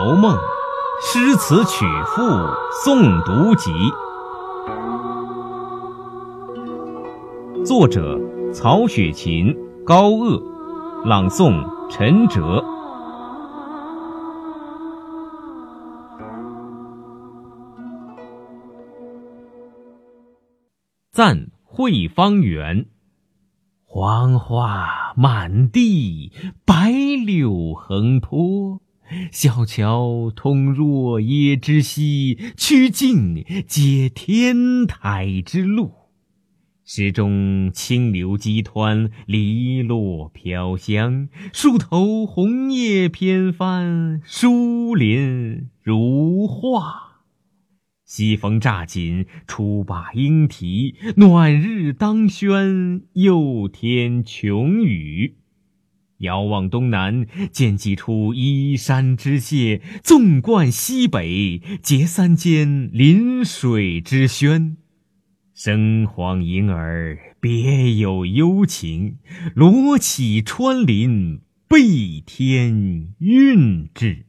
楼梦》诗词曲赋诵读集，作者曹雪芹、高鄂，朗诵陈哲。赞惠芳园。黄花满地，白柳横坡，小桥通若耶之溪，曲径接天台之路。石中清流激湍，篱落飘香，树头红叶翩翻，疏林如画。西风乍紧，初罢莺啼，暖日当轩，又添琼雨。遥望东南，见几处依山之榭，纵贯西北，结三间临水之轩。声晃银儿，别有幽情，罗绮穿林，倍添韵致。